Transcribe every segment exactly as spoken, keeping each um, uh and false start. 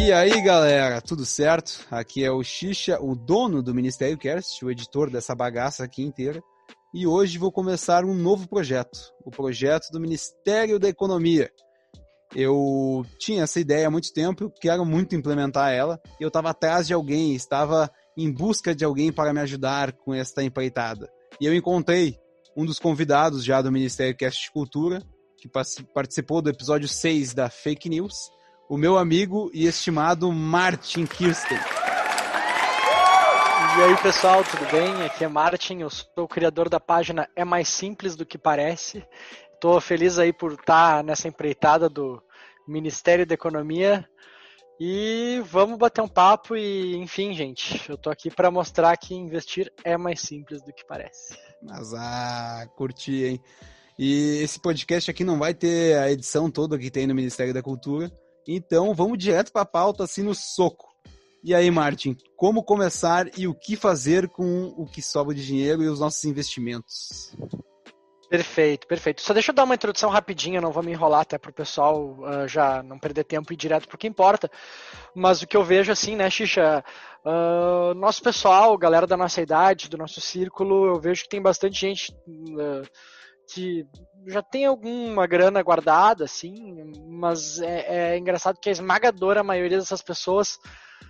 E aí, galera, tudo certo? Aqui é o Xixa, o dono do Ministério Cast, o editor dessa bagaça aqui inteira. E hoje vou começar um novo projeto, o projeto do Ministério da Economia. Eu tinha essa ideia há muito tempo, eu quero muito implementar ela, e eu estava atrás de alguém, estava em busca de alguém para me ajudar com esta empreitada. E eu encontrei um dos convidados já do Ministério Cast de Cultura, que participou do episódio seis da Fake News, o meu amigo e estimado Martin Kirsten. E aí, pessoal, tudo bem? Aqui é Martin, eu sou o criador da página É Mais Simples do Que Parece. Estou feliz aí por estar nessa empreitada do Ministério da Economia e vamos bater um papo e, enfim, gente, eu estou aqui para mostrar que investir é mais simples do que parece. Mas, ah, curti, hein? E esse podcast aqui não vai ter a edição toda que tem no Ministério da Cultura, então vamos direto para a pauta, assim, no soco. E aí, Martin, como começar e o que fazer com o que sobra de dinheiro e os nossos investimentos? Perfeito, perfeito. Só deixa eu dar uma introdução rapidinha, não vou me enrolar até para o pessoal uh, já não perder tempo e ir direto para o que importa. Mas o que eu vejo assim, né, Xixa, uh, nosso pessoal, galera da nossa idade, do nosso círculo, eu vejo que tem bastante gente uh, que já tem alguma grana guardada, assim, mas é, é engraçado que a esmagadora maioria dessas pessoas,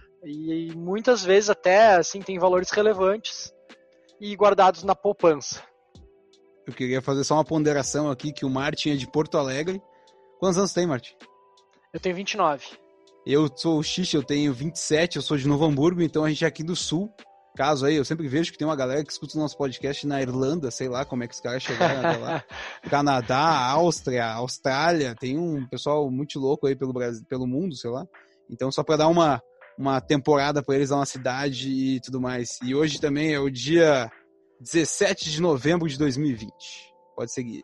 e muitas vezes até, assim, tem valores relevantes e guardados na poupança. Eu queria fazer só uma ponderação aqui, que o Martin é de Porto Alegre. Quantos anos tem, Martin? Eu tenho vinte e nove. Eu sou o Xixa, eu tenho vinte e sete, eu sou de Novo Hamburgo, então a gente é aqui do Sul. Caso aí, eu sempre vejo que tem uma galera que escuta o nosso podcast na Irlanda, sei lá como é que os caras chegaram até lá. Canadá, Áustria, Austrália, tem um pessoal muito louco aí pelo Brasil, pelo mundo, sei lá. Então só para dar uma, uma temporada para eles lá na cidade e tudo mais. E hoje também é o dia dezessete de novembro de dois mil e vinte. Pode seguir.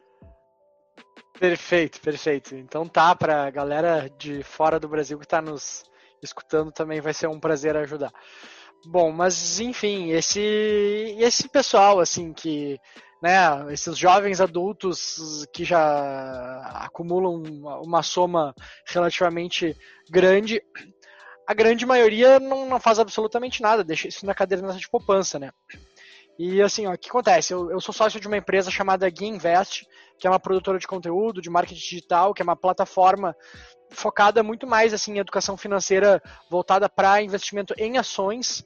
Perfeito, perfeito. Então tá, pra galera de fora do Brasil que tá nos escutando também vai ser um prazer ajudar. Bom, mas enfim, esse esse pessoal assim que, né, esses jovens adultos que já acumulam uma, uma soma relativamente grande, a grande maioria não, não faz absolutamente nada, deixa isso na caderneta de poupança, né? E assim, ó, o que acontece? Eu, eu sou sócio de uma empresa chamada Gui Invest, que é uma produtora de conteúdo, de marketing digital, que é uma plataforma focada muito mais assim, em educação financeira voltada para investimento em ações.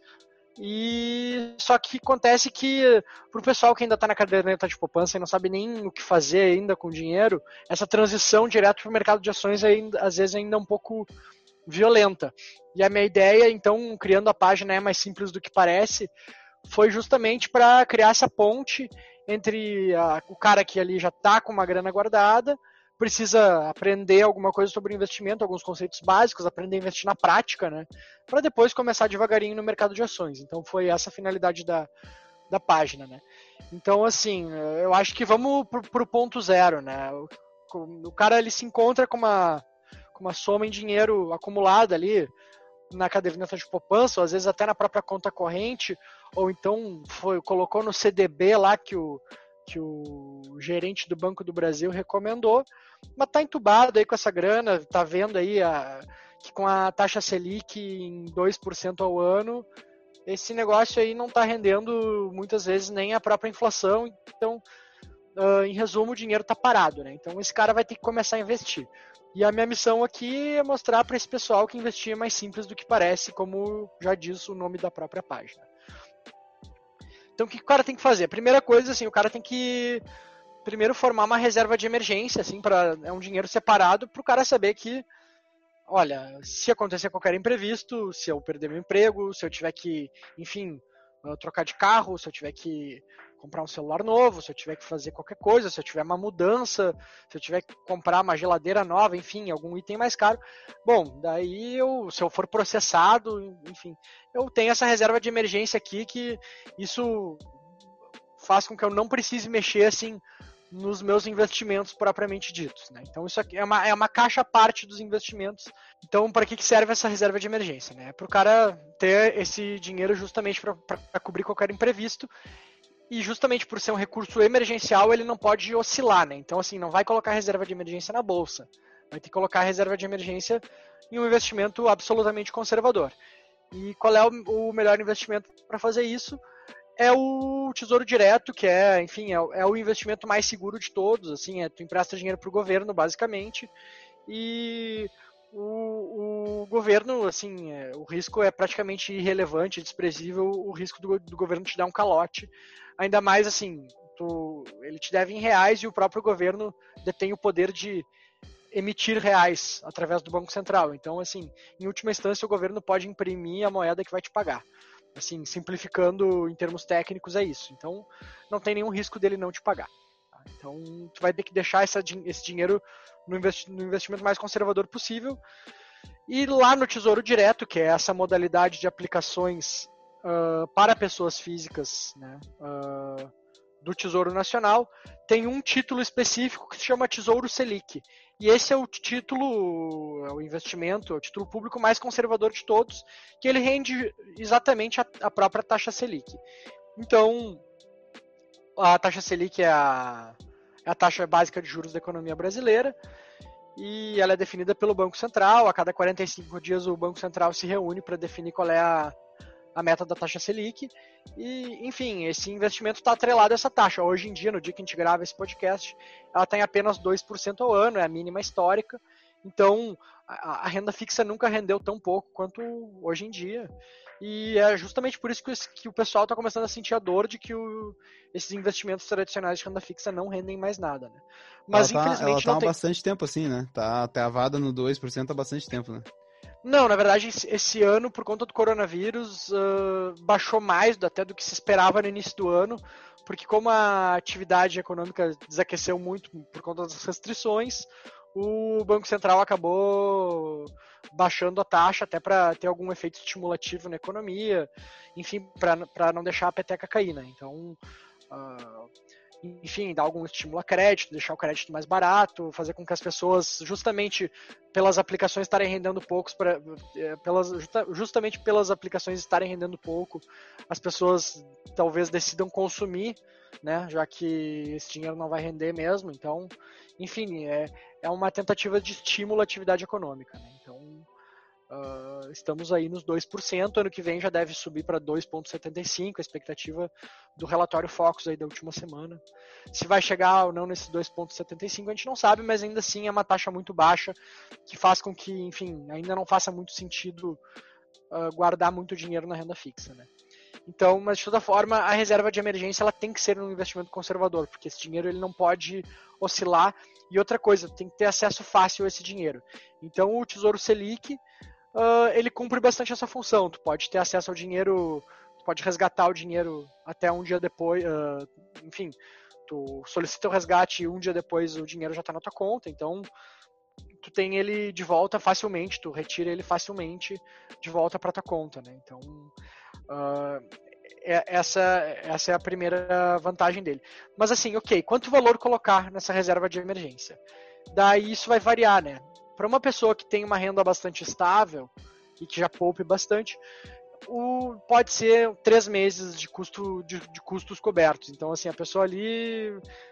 E só que acontece que para o pessoal que ainda está na caderneta de poupança e não sabe nem o que fazer ainda com o dinheiro, essa transição direto para o mercado de ações ainda, às vezes ainda é um pouco violenta. E a minha ideia, então, criando a página É Mais Simples do Que Parece, foi justamente para criar essa ponte entre a, o cara que ali já está com uma grana guardada, precisa aprender alguma coisa sobre investimento, alguns conceitos básicos, aprender a investir na prática, né? Para depois começar devagarinho no mercado de ações. Então foi essa a finalidade da, da página, né? Então, assim, eu acho que vamos para o ponto zero, né? O, o cara ele se encontra com uma, com uma soma em dinheiro acumulada ali na caderneta de poupança, ou às vezes até na própria conta corrente, ou então foi, colocou no C D B lá que o, que o gerente do Banco do Brasil recomendou, mas tá entubado aí com essa grana, tá vendo aí a, que com a taxa Selic em dois por cento ao ano, esse negócio aí não tá rendendo muitas vezes nem a própria inflação, então, uh, em resumo, o dinheiro tá parado, né? Então esse cara vai ter que começar a investir. E a minha missão aqui é mostrar para esse pessoal que investir é mais simples do que parece, como já diz o nome da própria página. Então o que o cara tem que fazer? A primeira coisa, assim, o cara tem que primeiro formar uma reserva de emergência, assim, para é um dinheiro separado para o cara saber que, olha, se acontecer qualquer imprevisto, se eu perder meu emprego, se eu tiver que, enfim, trocar de carro, se eu tiver que comprar um celular novo, se eu tiver que fazer qualquer coisa, se eu tiver uma mudança, se eu tiver que comprar uma geladeira nova, enfim, algum item mais caro. Bom, daí eu, se eu for processado, enfim, eu tenho essa reserva de emergência aqui, que isso faz com que eu não precise mexer, assim, nos meus investimentos propriamente ditos, né? Então isso aqui é uma, é uma caixa à parte dos investimentos. Então para que, que serve essa reserva de emergência, né? Para o cara ter esse dinheiro justamente para cobrir qualquer imprevisto. E justamente por ser um recurso emergencial, ele não pode oscilar, né? Então, assim, não vai colocar reserva de emergência na bolsa. vai ter que colocar a reserva de emergência em um investimento absolutamente conservador. E qual é o, o melhor investimento para fazer isso? É o Tesouro Direto, que é, enfim, é, é o investimento mais seguro de todos, assim, é, tu empresta dinheiro para o governo, basicamente, e o, o governo, assim, é, o risco é praticamente irrelevante, desprezível, o risco do, do governo te dar um calote, ainda mais, assim, tu, ele te deve em reais e o próprio governo detém o poder de emitir reais através do Banco Central. Então, assim, em última instância, o governo pode imprimir a moeda que vai te pagar. Assim, simplificando em termos técnicos, é isso. Então, não tem nenhum risco dele não te pagar. Tá? Então, tu vai ter que deixar essa, esse dinheiro no, investi no investimento mais conservador possível. E lá no Tesouro Direto, que é essa modalidade de aplicações uh, para pessoas físicas, né, uh, do Tesouro Nacional, tem um título específico que se chama Tesouro Selic. E esse é o título, é o investimento, é o título público mais conservador de todos, que ele rende exatamente a, a própria taxa Selic. Então, a taxa Selic é a, é a taxa básica de juros da economia brasileira, e ela é definida pelo Banco Central. A cada quarenta e cinco dias o Banco Central se reúne para definir qual é a, a meta da taxa Selic. E, enfim, esse investimento está atrelado a essa taxa. Hoje em dia, no dia que a gente grava esse podcast, ela está em apenas dois por cento ao ano, é a mínima histórica. Então, a, a renda fixa nunca rendeu tão pouco quanto hoje em dia. E é justamente por isso que, que o pessoal está começando a sentir a dor de que o, esses investimentos tradicionais de renda fixa não rendem mais nada, né? Mas, ela tá, infelizmente, ela tá não há tem... bastante tempo assim, né? Tá travada no dois por cento há bastante tempo, né? Não, na verdade, esse ano, por conta do coronavírus, uh, baixou mais até do que se esperava no início do ano, porque como a atividade econômica desaqueceu muito por conta das restrições, o Banco Central acabou baixando a taxa até para ter algum efeito estimulativo na economia, enfim, para não deixar a peteca cair, né? Então, uh, enfim, dar algum estímulo a crédito, deixar o crédito mais barato, fazer com que as pessoas, justamente pelas aplicações estarem rendendo poucos, pra, pelas, justamente pelas aplicações estarem rendendo pouco, as pessoas talvez decidam consumir, né, já que esse dinheiro não vai render mesmo. Então, enfim, é, é uma tentativa de estímulo à atividade econômica, né? Então, Uh, estamos aí nos dois por cento, ano que vem já deve subir para dois vírgula setenta e cinco por cento, a expectativa do relatório Focus aí da última semana. Se vai chegar ou não nesse dois vírgula setenta e cinco por cento a gente não sabe, mas ainda assim é uma taxa muito baixa, que faz com que, enfim, ainda não faça muito sentido uh, guardar muito dinheiro na renda fixa, né? Então, mas de toda forma, a reserva de emergência ela tem que ser um investimento conservador, porque esse dinheiro ele não pode oscilar. E outra coisa, tem que ter acesso fácil a esse dinheiro. Então, o Tesouro Selic Uh, ele cumpre bastante essa função. Tu pode ter acesso ao dinheiro, tu pode resgatar o dinheiro até um dia depois, uh, enfim, tu solicita o resgate e um dia depois o dinheiro já está na tua conta, então tu tem ele de volta facilmente, tu retira ele facilmente de volta para tua conta, né? Então, uh, é, essa, essa é a primeira vantagem dele. Mas assim, ok, quanto valor colocar nessa reserva de emergência? Daí isso vai variar, né? Para uma pessoa que tem uma renda bastante estável e que já poupe bastante, o, pode ser três meses de, custo, de, de custos cobertos. Então, assim, a pessoa ali...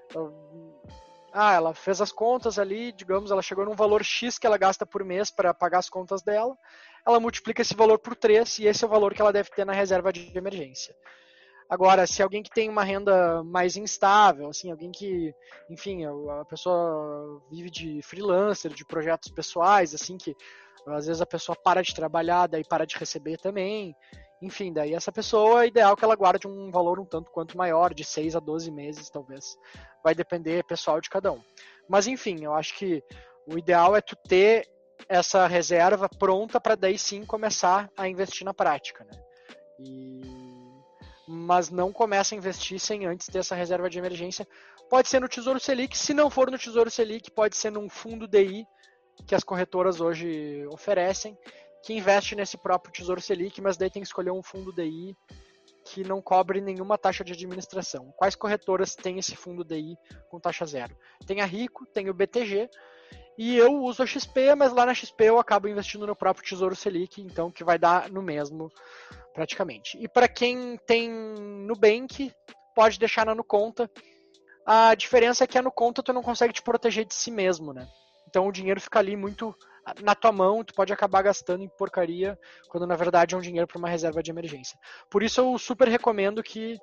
Ah, ela fez as contas ali, digamos, ela chegou num valor X que ela gasta por mês para pagar as contas dela, ela multiplica esse valor por três e esse é o valor que ela deve ter na reserva de emergência. Agora, se alguém que tem uma renda mais instável, assim, alguém que, enfim, a pessoa vive de freelancer, de projetos pessoais, assim, que às vezes a pessoa para de trabalhar, daí para de receber também, enfim, daí essa pessoa é ideal que ela guarde um valor um tanto quanto maior, de seis a doze meses, talvez. Vai depender pessoal de cada um. Mas, enfim, eu acho que o ideal é tu ter essa reserva pronta para daí sim começar a investir na prática, né? E... mas não começa a investir sem antes ter essa reserva de emergência. Pode ser no Tesouro Selic, se não for no Tesouro Selic, pode ser num fundo D I que as corretoras hoje oferecem, que investe nesse próprio Tesouro Selic, mas daí tem que escolher um fundo D I que não cobre nenhuma taxa de administração. Quais corretoras têm esse fundo D I com taxa zero? Tem a Rico, tem o B T G, e eu uso a X P, mas lá na X P eu acabo investindo no próprio Tesouro Selic, então que vai dar no mesmo praticamente. E para quem tem Nubank, pode deixar na Nuconta. A diferença é que a Nuconta tu não consegue te proteger de si mesmo, né? então o dinheiro fica ali muito na tua mão, tu pode acabar gastando em porcaria, quando na verdade é um dinheiro para uma reserva de emergência. Por isso eu super recomendo que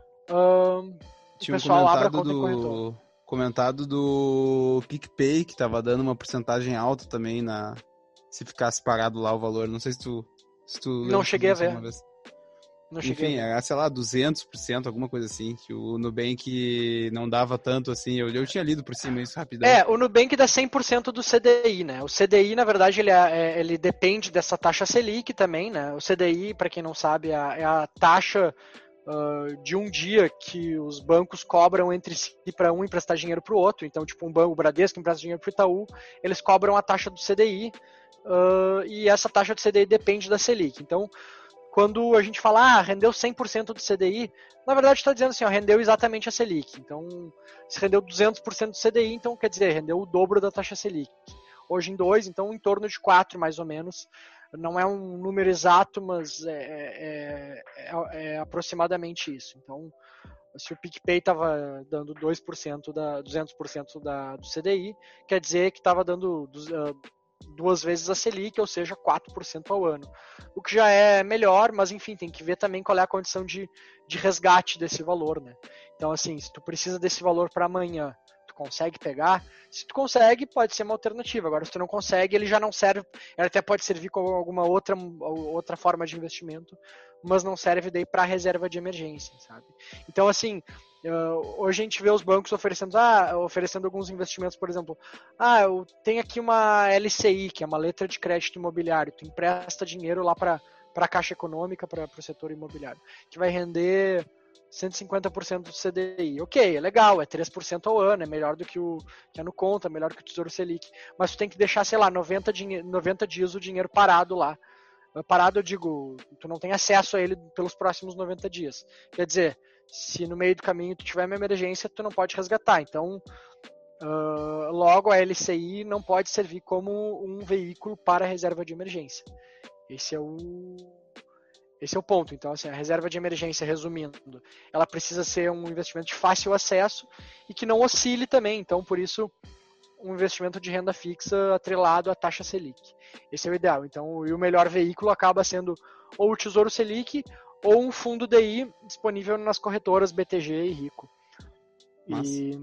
uh, o Tinha um pessoal abra comentado conta em corretora. do comentado do PicPay que tava dando uma porcentagem alta também na se ficasse parado lá o valor. Não sei se tu se tu lembra Não cheguei a ver. alguma vez. Não cheguei Enfim, a ver. era, sei lá, duzentos por cento, alguma coisa assim, que o Nubank não dava tanto assim. Eu, eu tinha lido por cima isso rapidão. É, o Nubank dá cem por cento do C D I, né? O C D I, na verdade, ele, é, ele depende dessa taxa Selic também, né? O C D I, para quem não sabe, é a, é a taxa uh, de um dia que os bancos cobram entre si para um emprestar dinheiro para o outro. Então, tipo, um banco, o Bradesco empresta dinheiro para o Itaú, eles cobram a taxa do C D I uh, e essa taxa do C D I depende da Selic. Então, quando a gente fala, ah, rendeu cem por cento do C D I, na verdade está dizendo assim, ó, rendeu exatamente a Selic. Então, se rendeu duzentos por cento do C D I, então quer dizer, rendeu o dobro da taxa Selic. Hoje em dois, então em torno de quatro, mais ou menos. Não é um número exato, mas é, é, é, é aproximadamente isso. Então, se o PicPay estava dando dois por cento, da, duzentos por cento da, do C D I, quer dizer que estava dando uh, duas vezes a Selic, ou seja, quatro por cento ao ano. O que já é melhor, mas enfim, tem que ver também qual é a condição de, de resgate desse valor, né? Então, assim, se tu precisa desse valor para amanhã, tu consegue pegar? Se tu consegue, pode ser uma alternativa. Agora, se tu não consegue, ele já não serve, ele até pode servir como alguma outra, outra forma de investimento, mas não serve daí para reserva de emergência, sabe? Então, assim, Uh, hoje a gente vê os bancos oferecendo, ah, oferecendo alguns investimentos, por exemplo, ah, eu tenho aqui uma L C I, que é uma letra de crédito imobiliário, tu empresta dinheiro lá para a Caixa Econômica, para o setor imobiliário, que vai render cento e cinquenta por cento do C D I. Ok, é legal, é três por cento ao ano, é melhor do que o que é no conta, é melhor que o Tesouro Selic, mas tu tem que deixar, sei lá, noventa, noventa dias o dinheiro parado lá. Parado, eu digo, tu não tem acesso a ele pelos próximos noventa dias. Quer dizer, se no meio do caminho tu tiver uma emergência, tu não pode resgatar. Então, uh, logo a L C I não pode servir como um veículo para a reserva de emergência. Esse é o, esse é o ponto. Então, assim, a reserva de emergência, resumindo, ela precisa ser um investimento de fácil acesso e que não oscile também. Então, por isso, um investimento de renda fixa atrelado à taxa Selic. Esse é o ideal. Então, e o melhor veículo acaba sendo ou o Tesouro Selic ou um fundo D I disponível nas corretoras B T G e Rico. Massa. E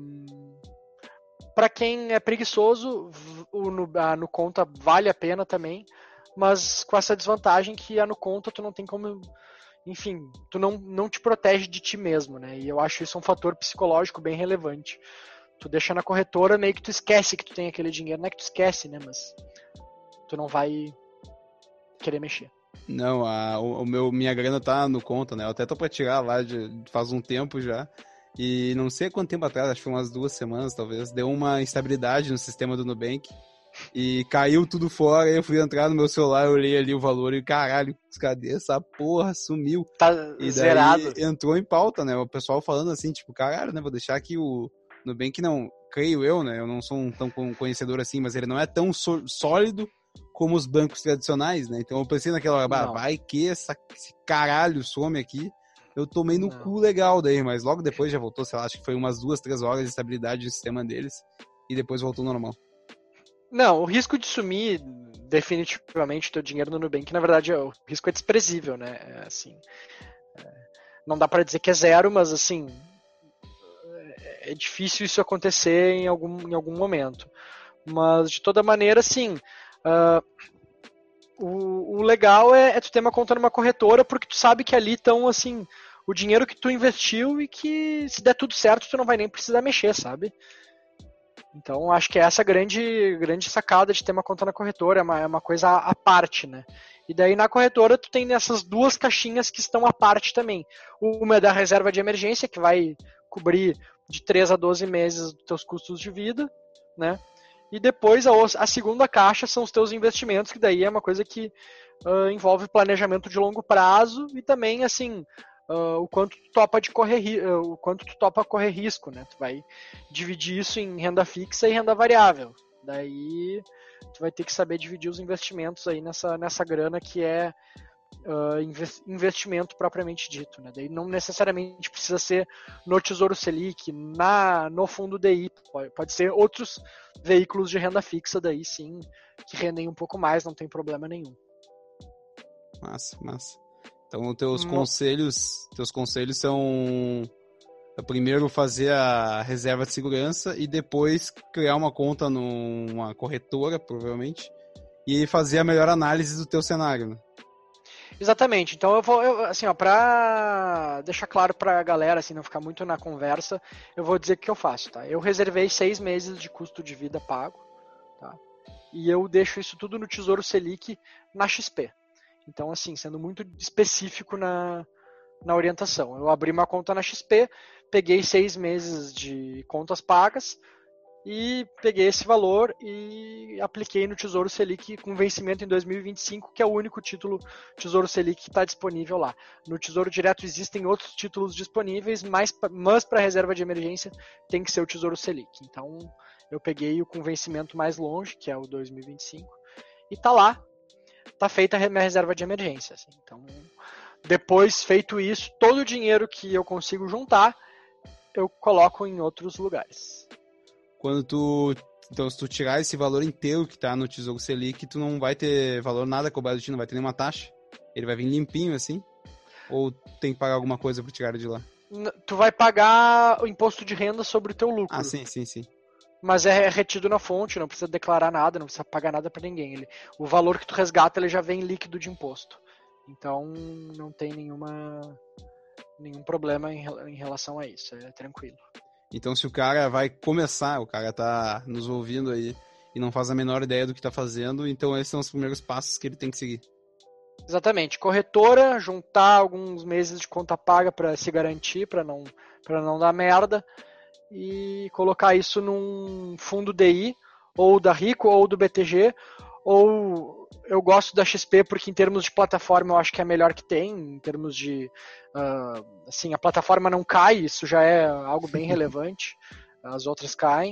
para quem é preguiçoso, o no, a no conta vale a pena também, mas com essa desvantagem que a no conta tu não tem como, enfim, tu não, não te protege de ti mesmo, né? E eu acho isso um fator psicológico bem relevante. Tu deixa na corretora, meio que tu esquece que tu tem aquele dinheiro. Não é que tu esquece, né? Mas tu não vai querer mexer. Não, a, o, o meu, minha grana tá no conta, né? Eu até tô pra tirar lá de, faz um tempo já. E não sei quanto tempo atrás, acho que foi umas duas semanas talvez, deu uma instabilidade no sistema do Nubank. E caiu tudo fora, eu fui entrar no meu celular, eu olhei ali o valor e caralho, cadê essa porra? Sumiu. Tá e daí zerado. Entrou em pauta, né? O pessoal falando assim, tipo, caralho, né? Vou deixar aqui o Nubank, não, creio eu, né? Eu não sou um tão conhecedor assim, mas ele não é tão sólido como os bancos tradicionais, né? Então eu pensei naquela hora, ah, vai que essa, esse caralho some aqui. Eu tomei no não. cu legal daí, mas logo depois já voltou, sei lá, acho que foi umas duas, três horas de estabilidade do sistema deles e depois voltou normal. Não, o risco de sumir definitivamente teu dinheiro no Nubank, na verdade, o risco é desprezível, né? É, assim, é, não dá para dizer que é zero, mas assim, é difícil isso acontecer em algum, em algum momento. Mas de toda maneira, sim. Uh, o, o legal é, é tu ter uma conta numa corretora, porque tu sabe que ali estão, assim, o dinheiro que tu investiu e que se der tudo certo, tu não vai nem precisar mexer, sabe? Então, acho que é essa grande, grande sacada de ter uma conta na corretora, é uma, é uma coisa à, à parte, né? E daí na corretora tu tem essas duas caixinhas que estão à parte também. Uma é da reserva de emergência, que vai cobrir de três a doze meses dos teus custos de vida, né? E depois a, a segunda caixa são os teus investimentos, que daí é uma coisa que uh, envolve planejamento de longo prazo e também, assim, uh, o quanto tu topa de correr, uh, o quanto tu topa correr risco, né? Tu vai dividir isso em renda fixa e renda variável. Daí tu vai ter que saber dividir os investimentos aí nessa, nessa grana que é uh, investimento propriamente dito, né? Daí não necessariamente precisa ser no Tesouro Selic, na, no fundo D I, pode, pode ser outros veículos de renda fixa daí sim, que rendem um pouco mais, não tem problema nenhum. Massa, massa. Então, teus Mo... conselhos, teus conselhos são primeiro fazer a reserva de segurança e depois criar uma conta numa corretora, provavelmente, e fazer a melhor análise do teu cenário, né? Exatamente. Então eu vou, eu, assim, ó, pra deixar claro pra galera, assim, não ficar muito na conversa, eu vou dizer o que eu faço, tá? Eu reservei seis meses de custo de vida pago, tá? E eu deixo isso tudo no Tesouro Selic na X P. Então, assim, sendo muito específico na, na orientação. Eu abri uma conta na X P, peguei seis meses de contas pagas e peguei esse valor e apliquei no Tesouro Selic com vencimento em dois mil e vinte e cinco, que é o único título Tesouro Selic que está disponível lá. No Tesouro Direto existem outros títulos disponíveis, mas, mas para reserva de emergência tem que ser o Tesouro Selic. Então, eu peguei o com vencimento mais longe, que é o dois mil e vinte e cinco, e tá lá. Tá feita a minha reserva de emergência. Assim. Então, depois feito isso, todo o dinheiro que eu consigo juntar, eu coloco em outros lugares. Quando tu, então, se tu tirar esse valor inteiro que tá no Tesouro Selic, tu não vai ter valor nada cobrado de ti, não vai ter nenhuma taxa? Ele vai vir limpinho assim? Ou tem que pagar alguma coisa pra tirar de lá? Tu vai pagar o imposto de renda sobre o teu lucro. Ah, sim, sim, sim. Mas é retido na fonte, não precisa declarar nada, não precisa pagar nada para ninguém. Ele, o valor que tu resgata ele já vem líquido de imposto. Então não tem nenhuma, nenhum problema em, em relação a isso, é tranquilo. Então se o cara vai começar, o cara tá nos ouvindo aí e não faz a menor ideia do que tá fazendo, então esses são os primeiros passos que ele tem que seguir. Exatamente, corretora, juntar alguns meses de conta paga para se garantir, para não, para não dar merda. E colocar isso num fundo D I, ou da Rico, ou do B T G, ou eu gosto da X P porque em termos de plataforma eu acho que é a melhor que tem, em termos de, uh, assim, a plataforma não cai, isso já é algo bem relevante, as outras caem,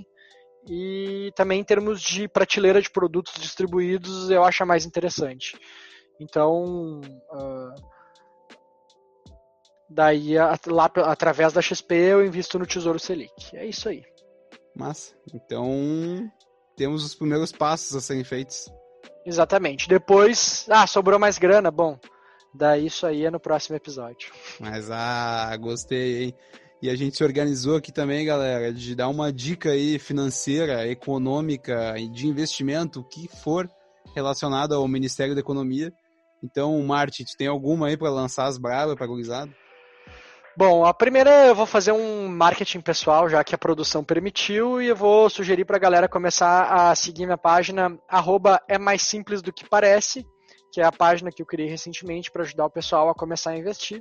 e também em termos de prateleira de produtos distribuídos eu acho a mais interessante. Então, uh, daí, lá, através da X P, eu invisto no Tesouro Selic. É isso aí. Massa. Então, temos os primeiros passos a serem feitos. Exatamente. Depois, ah, sobrou mais grana. Bom, daí isso aí é no próximo episódio. Mas, ah, gostei, hein? E a gente se organizou aqui também, galera, de dar uma dica aí financeira, econômica, de investimento, o que for relacionado ao Ministério da Economia. Então, Martin, tu tem alguma aí para lançar as bravas para a gurizada? Bom, a primeira eu vou fazer um marketing pessoal, já que a produção permitiu, e eu vou sugerir para a galera começar a seguir minha página, arroba é mais simples do que parece, que é a página que eu criei recentemente para ajudar o pessoal a começar a investir.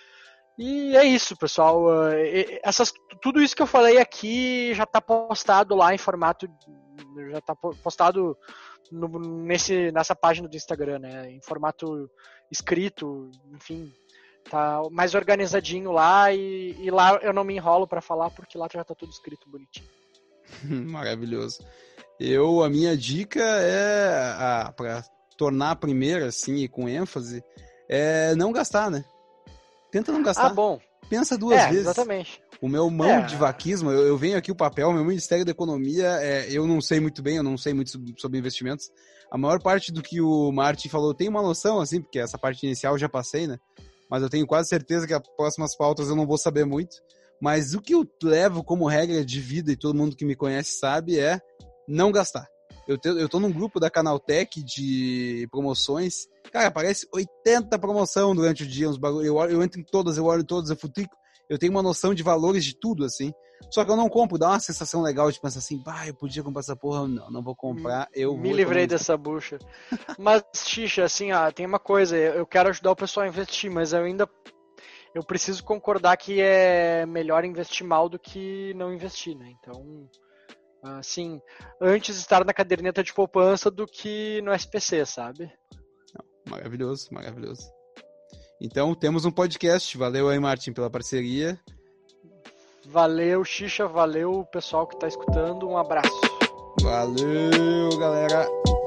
E é isso, pessoal. Essas, tudo isso que eu falei aqui já está postado lá em formato, já está postado no, nesse, nessa página do Instagram, né? Em formato escrito, enfim. Tá mais organizadinho lá e, e lá eu não me enrolo para falar porque lá já tá tudo escrito bonitinho. Maravilhoso. Eu, a minha dica é, para tornar a primeira, assim, e com ênfase, é não gastar, né? Tenta não gastar. Ah, bom. Pensa duas é, vezes. Exatamente. O meu mão é. de vaquismo, eu, eu venho aqui o papel, meu Ministério da Economia, é, eu não sei muito bem, eu não sei muito sobre investimentos. A maior parte do que o Martin falou, eu tenho uma noção, assim, porque essa parte inicial eu já passei, né? Mas eu tenho quase certeza que as próximas pautas eu não vou saber muito. Mas o que eu levo como regra de vida, e todo mundo que me conhece sabe, é não gastar. Eu, te, eu tô num grupo da Canaltech de promoções. Cara, aparece oitenta promoção durante o dia. Uns bagulho. Eu, eu entro em todas, eu olho todas, eu futrico. Eu tenho uma noção de valores de tudo, assim. Só que eu não compro. Dá uma sensação legal de pensar assim, bah, eu podia comprar essa porra. Não, não vou comprar. Eu Me vou livrei dessa bucha. Mas, Xixa, assim, ó, tem uma coisa. Eu quero ajudar o pessoal a investir, mas eu ainda... Eu preciso concordar que é melhor investir mal do que não investir, né? Então... Assim, antes estar na caderneta de poupança do que no S P C, sabe? Maravilhoso, maravilhoso. Então, temos um podcast. Valeu aí, Martin, pela parceria. Valeu, Xixa. Valeu, pessoal que está escutando. Um abraço. Valeu, galera.